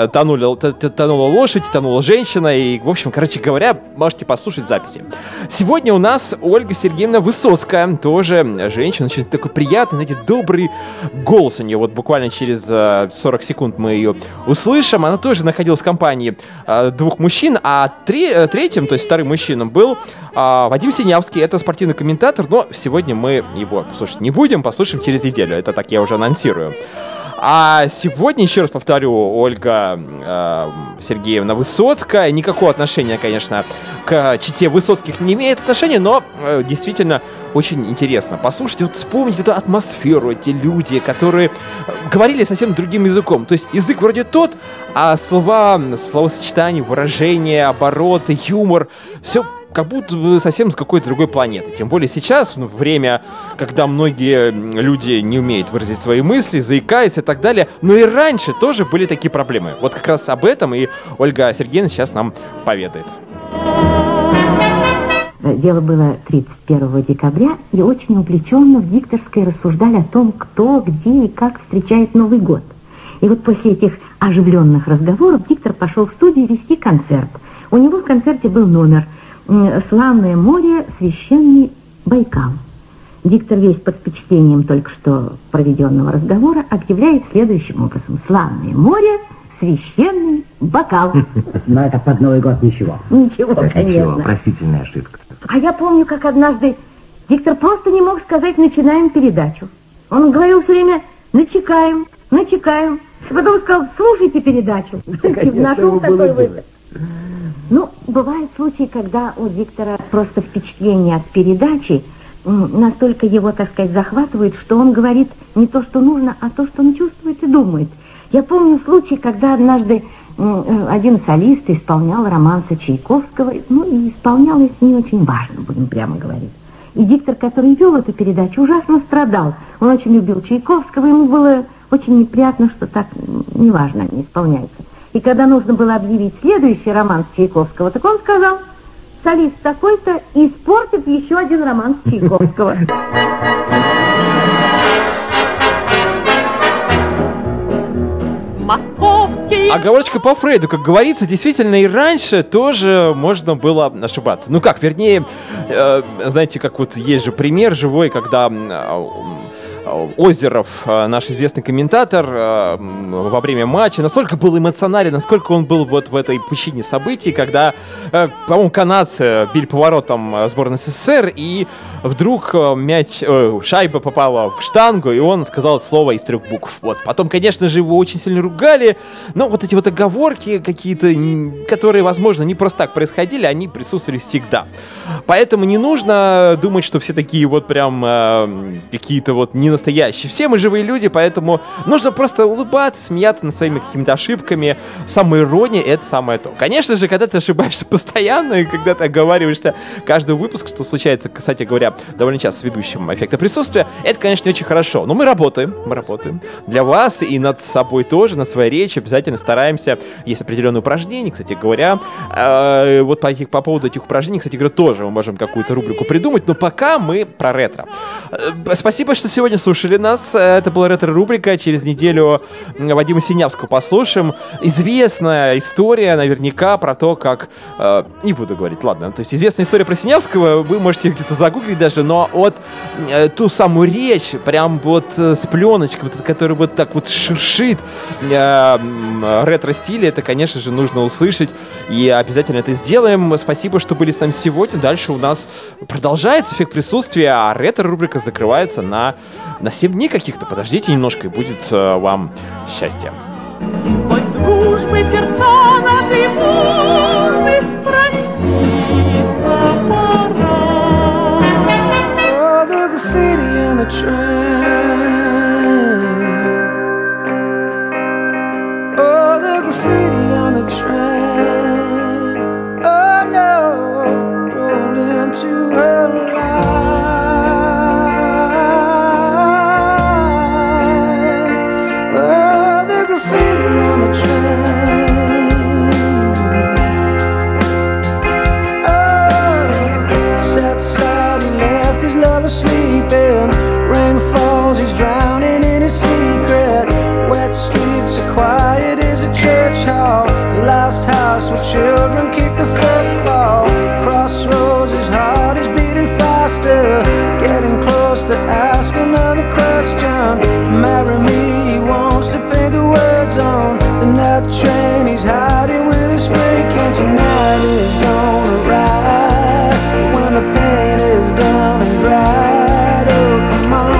тонула лошадь, тонула женщина. И, в общем, короче говоря, можете послушать записи. Сегодня у нас Ольга Сергеевна Высоцкая, тоже женщина, очень такой приятный, знаете, добрый голос у нее. Вот буквально через 40 секунд мы ее услышим. Она тоже находилась в компании двух мужчин, а третьим, то есть вторым мужчином, был Вадим Синявский. Это спортивный комментатор, но сегодня мы его слушать не будем, послушаем через неделю. Это так я уже анонсирую. А сегодня, еще раз повторю, Ольга Сергеевна Высоцкая. Никакого отношения, конечно, к чете Высоцких не имеет отношения, но действительно очень интересно послушать, вот вспомнить эту атмосферу, эти люди, которые говорили совсем другим языком. То есть язык вроде тот, а слова, словосочетания, выражения, обороты, юмор, все как будто бы совсем с какой-то другой планеты. Тем более сейчас, время, когда многие люди не умеют выразить свои мысли, заикаются и так далее. Но и раньше тоже были такие проблемы. Вот как раз об этом и Ольга Сергеевна сейчас нам поведает. Дело было 31 декабря, и очень увлеченно в дикторской рассуждали о том, кто, где и как встречает Новый год. И вот после этих оживленных разговоров диктор пошел в студию вести концерт. У него в концерте был номер «Славное море, священный Байкал». Диктор весь под впечатлением только что проведенного разговора объявляет следующим образом: «Славное море, священный бокал». Но это под Новый год ничего. Ничего, конечно. Ничего, простительная ошибка. А я помню, как однажды диктор просто не мог сказать «начинаем передачу». Он говорил все время «начекаем, начекаем». Потом сказал «слушайте передачу». И нашел такой выход. Ну, бывают случаи, когда у диктора просто впечатление от передачи настолько его, так сказать, захватывает, что он говорит не то, что нужно, а то, что он чувствует и думает. Я помню случай, когда однажды один солист исполнял романсы Чайковского, и исполнял их не очень важно, будем прямо говорить. И диктор, который вел эту передачу, ужасно страдал. Он очень любил Чайковского, ему было очень неприятно, что так неважно они исполняются. И когда нужно было объявить следующий романс Чайковского, так он сказал: солист такой-то испортит еще один романс Чайковского. Московский. Оговорочка по Фрейду, как говорится, действительно и раньше тоже можно было ошибаться. Ну как, вернее, знаете, как вот есть же пример живой, когда Озеров, наш известный комментатор, во время матча настолько был эмоционален, насколько он был вот в этой пучине событий, когда, по-моему, канадцы били поворотом сборной СССР, и вдруг шайба попала в штангу, и он сказал слово из 3 букв. Вот. Потом, конечно же, его очень сильно ругали, но вот эти вот оговорки какие-то, которые, возможно, не просто так происходили, они присутствовали всегда. Поэтому не нужно думать, что все такие вот прям какие-то вот не настоящие. Все мы живые люди, поэтому нужно просто улыбаться, смеяться над своими какими-то ошибками. Самоирония — это самое то. Конечно же, когда ты ошибаешься постоянно, и когда ты оговариваешься каждый выпуск, что случается, кстати говоря, довольно часто с ведущим «Эффекта присутствия», это, конечно, не очень хорошо. Но мы работаем для вас и над собой тоже, над своей речью. Обязательно стараемся. Есть определенные упражнения, кстати говоря. Вот по поводу этих упражнений, кстати говоря, тоже мы можем какую-то рубрику придумать, но пока мы про ретро. Спасибо, что сегодня слушали послушали нас. Это была ретро-рубрика. Через неделю Вадима Синявского послушаем. Известная история наверняка про то, как... не буду говорить, ладно. То есть известная история про Синявского, вы можете где-то загуглить даже, но вот ту самую речь, прям вот с пленочкой, которая вот так вот шуршит ретро-стиле, это, конечно же, нужно услышать. И обязательно это сделаем. Спасибо, что были с нами сегодня. Дальше у нас продолжается эффект присутствия, а ретро-рубрика закрывается на 7 дней каких-то. Подождите немножко, и будет вам счастье. Хоть дружбы сердца наши полны, проститься пора. Oh, the graffiti on the train. Oh, the graffiti on the train. Oh no, rolled into her life. Oh, the graffiti on the train. Oh, sat aside, he left his lover sleeping. Rain falls, he's drowning in his secret. Wet streets are quiet as a church hall. Last house where children kick the football. Crossroads, his heart is beating faster. Getting close to ask another question. Marry me, he wants to paint the words on the night train. He's hiding with his spray can. Tonight is gonna ride when the pain is done and dried. Oh, come on.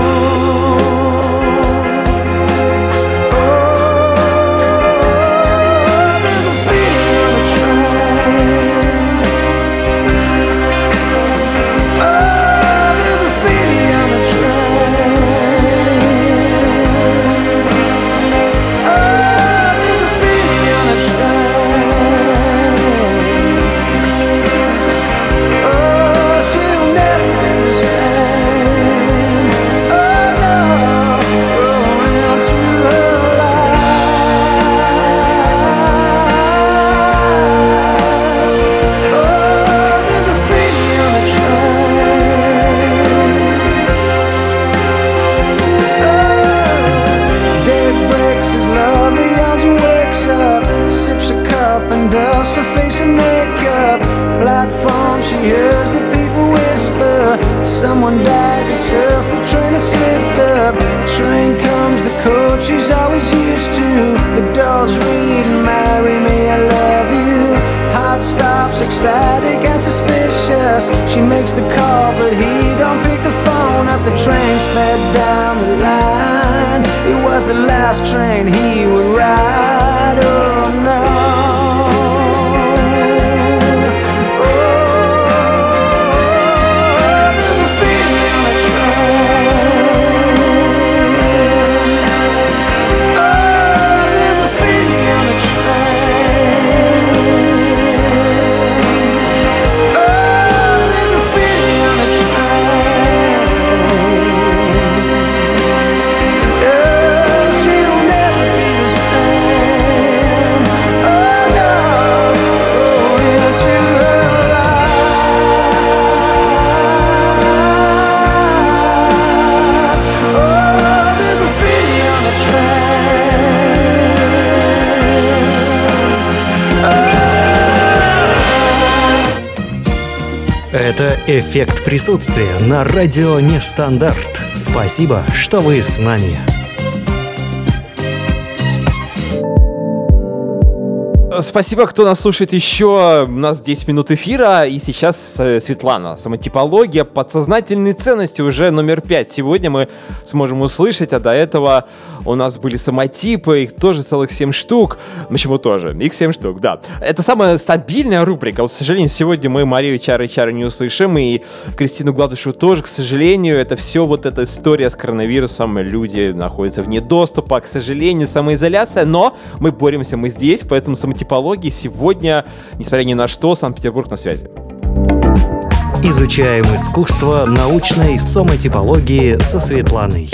Someone died, they surfed the train and slipped up. Train comes, the coach she's always used to. The doors read and marry me, I love you. Heart stops, ecstatic and suspicious. She makes the call, but he don't pick the phone up. The train sped down the line. It was the last train he would ride. Oh no. Это «Эффект присутствия» на радио Нестандарт. Спасибо, что вы с нами. Спасибо, кто нас слушает еще. У нас 10 минут эфира, и сейчас Светлана. Самотипология, подсознательные ценности уже номер 5. Сегодня мы сможем услышать, а до этого у нас были самотипы, их тоже целых 7 штук. Почему тоже? Их 7 штук, да. Это самая стабильная рубрика. Вот, к сожалению, сегодня мы Марию Чары не услышим, и Кристину Гладышеву тоже, к сожалению. Это все вот эта история с коронавирусом. Люди находятся вне доступа, к сожалению, самоизоляция. Но мы боремся, мы здесь, поэтому самотипология сегодня, несмотря ни на что, Санкт-Петербург на связи. Изучаем искусство научной самотипологии со Светланой.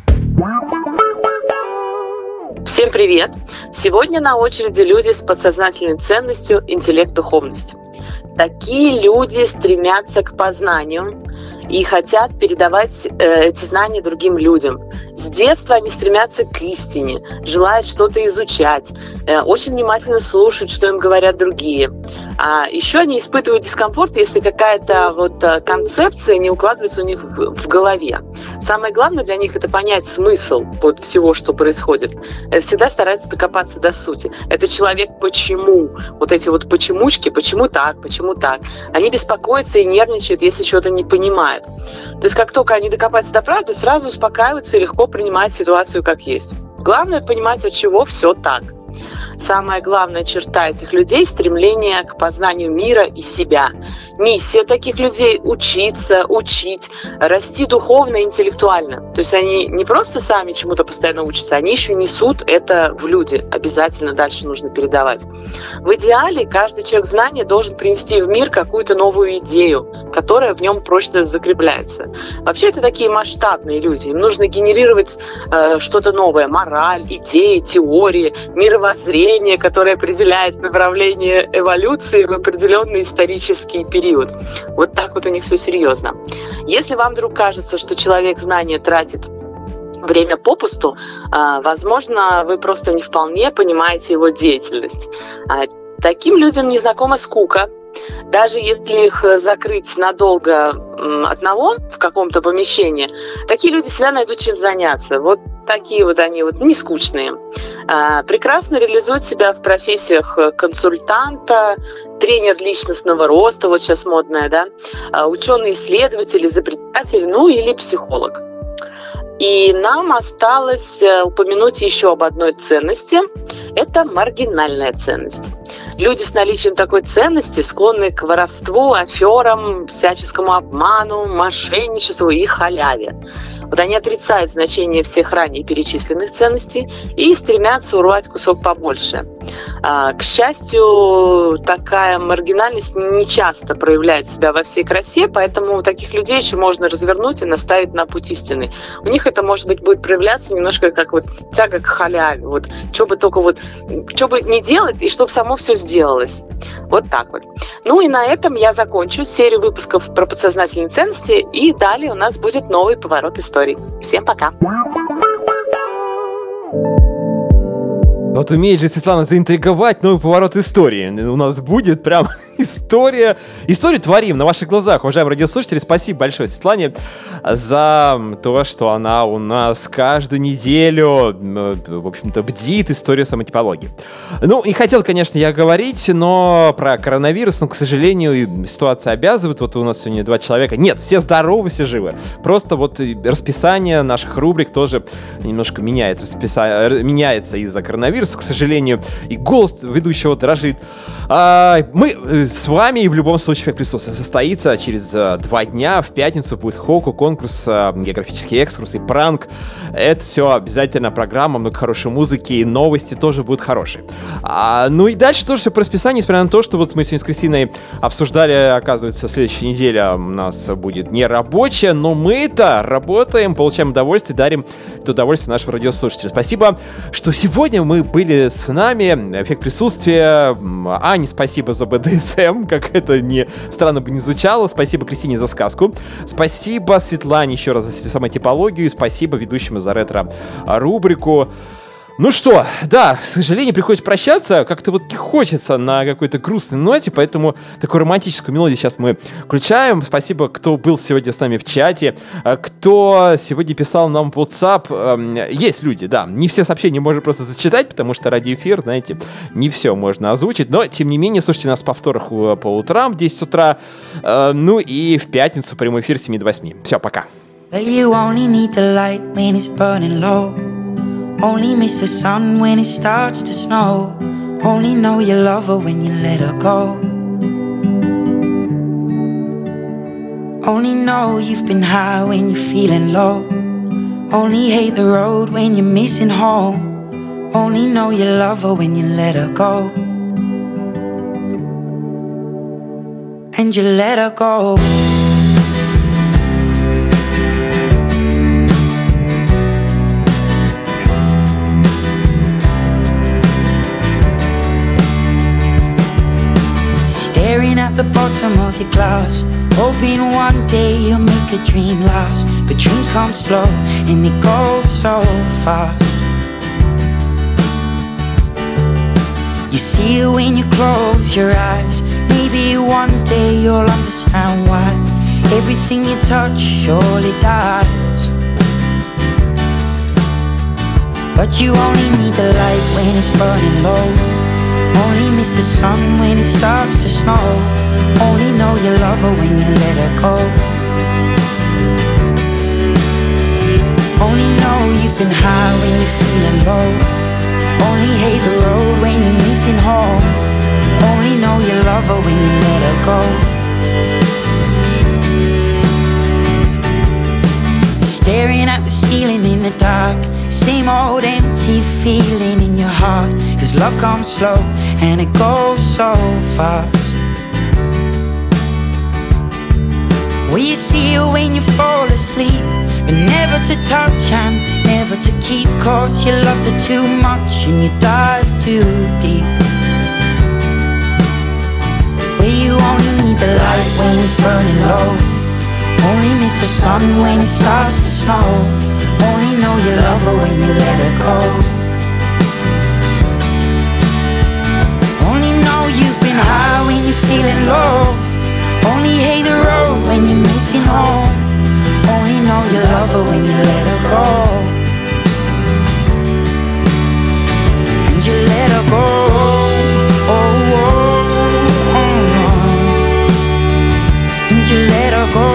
Всем привет! Сегодня на очереди люди с подсознательной ценностью интеллект, духовность. Такие люди стремятся к познанию и хотят передавать эти знания другим людям. С детства они стремятся к истине, желают что-то изучать, очень внимательно слушают, что им говорят другие. А еще они испытывают дискомфорт, если какая-то концепция не укладывается у них в голове. Самое главное для них — это понять смысл всего, что происходит. Всегда стараются докопаться до сути. Это человек почему. Эти почемучки, почему так. Они беспокоятся и нервничают, если чего-то не понимают. То есть как только они докопаются до правды, сразу успокаиваются и легко принимают ситуацию как есть. Главное понимать, от чего все так. Самая главная черта этих людей — стремление к познанию мира и себя. Миссия таких людей — учиться, учить, расти духовно и интеллектуально. То есть они не просто сами чему-то постоянно учатся, они еще несут это в люди. Обязательно дальше нужно передавать. В идеале каждый человек знания должен принести в мир какую-то новую идею, которая в нем прочно закрепляется. Вообще это такие масштабные люди. Им нужно генерировать что-то новое: мораль, идеи, теории, мировоззрение, которое определяет направление эволюции в определенный исторический период. Вот так у них все серьезно. Если вам вдруг кажется, что человек знания тратит время попусту, возможно, вы просто не вполне понимаете его деятельность. Таким людям не знакома скука. Даже если их закрыть надолго одного в каком-то помещении, такие люди всегда найдут чем заняться. Такие они не скучные. Прекрасно реализуют себя в профессиях консультанта, тренер личностного роста, сейчас модная, ученый-исследователь, изобретатель, или психолог. И нам осталось упомянуть еще об одной ценности. Это маргинальная ценность. Люди с наличием такой ценности склонны к воровству, аферам, всяческому обману, мошенничеству и халяве. Они отрицают значение всех ранее перечисленных ценностей и стремятся урвать кусок побольше. К счастью, такая маргинальность не часто проявляет себя во всей красе, поэтому таких людей еще можно развернуть и наставить на путь истины. У них это, может быть, будет проявляться немножко как тяга к халяве. Что бы не делать, и чтобы само все сделалось. Так. И на этом я закончу серию выпусков про подсознательные ценности, и далее у нас будет новый поворот истории. Всем пока! Умеет же Светлана заинтриговать, новый поворот истории. У нас будет прям история. Историю творим на ваших глазах, уважаемые радиослушатели. Спасибо большое Светлане за то, что она у нас каждую неделю, в общем-то, бдит историю самотипологии. И хотел, конечно, я говорить, но про коронавирус, к сожалению, ситуация обязывает. У нас сегодня 2 человека. Нет, все здоровы, все живы. Просто расписание наших рубрик тоже немножко меняется из-за коронавируса, к сожалению, и голос ведущего дрожит. Мы с вами, и в любом случае эффект присутствия состоится через 2 дня. В пятницу будет Хоку, конкурс, географический экскурс и пранк. Это все обязательно программа, много хорошей музыки, и новости тоже будут хорошие. И дальше тоже все по расписанию, несмотря на то, что мы сегодня с Кристиной обсуждали, оказывается, следующая неделя у нас будет не рабочая, но мы-то работаем, получаем удовольствие, дарим это удовольствие нашим радиослушателям. Спасибо, что сегодня мы были с нами. Эффект присутствия. Ане спасибо за БДСМ, как это странно бы не звучало. Спасибо Кристине за сказку. Спасибо Светлане еще раз за самотипологию. Спасибо ведущему за ретро-рубрику. К сожалению, приходится прощаться. Как-то не хочется на какой-то грустной ноте, поэтому такую романтическую мелодию сейчас мы включаем. Спасибо, кто был сегодня с нами в чате, кто сегодня писал нам в WhatsApp. Есть люди, не все сообщения можно просто зачитать, потому что радиоэфир, знаете, не все можно озвучить, но, тем не менее, слушайте нас по вторник по утрам в 10 утра, и в пятницу прямой эфир с 7 до 8. Все, пока. Only miss the sun when it starts to snow. Only know you love her when you let her go. Only know you've been high when you're feeling low. Only hate the road when you're missing home. Only know you love her when you let her go. And you let her go. at the bottom of your glass, hoping one day you'll make a dream last. But dreams come slow and they go so fast. You see it when you close your eyes. Maybe one day you'll understand why everything you touch surely dies. But you only need the light when it's burning low. Only miss the sun when it starts to snow. Only know you love her when you let her go. Only know you've been high when you're feeling low. Only hate the road when you're missing home. Only know you love her when you let her go. Staring at the ceiling in the dark, same old empty feeling in your heart. Cause love comes slow and it goes so fast. Will you see it when you fall asleep, but never to touch and never to keep? Cause you loved her too much and you dive too deep. Where you only need the light when it's burning low. Only miss the sun when it starts to snow. Only know you love her when you let her go. Only know you've been high when you're feeling low. Only hate the road when you're missing home. Only know you love her when you let her go. And you let her go. Oh, oh, oh. And you let her go.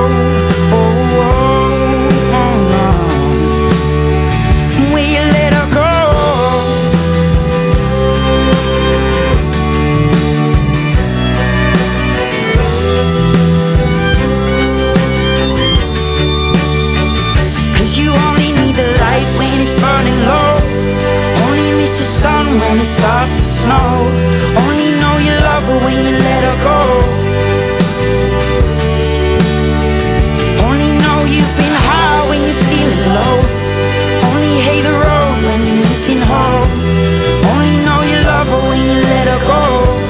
When it starts to snow, only know you love her when you let her go. Only know you've been high when you're feeling low. Only hate the road when you're missing home. Only know you love her when you let her go.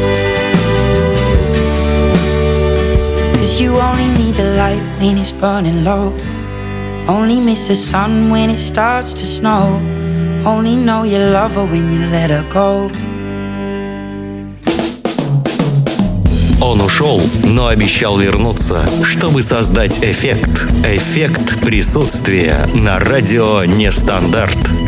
Cause you only need the light when it's burning low. Only miss the sun when it starts to snow. Only know you love her when you let her go. Он ушел, но обещал вернуться, чтобы создать эффект. Эффект присутствия на радио Нестандарт.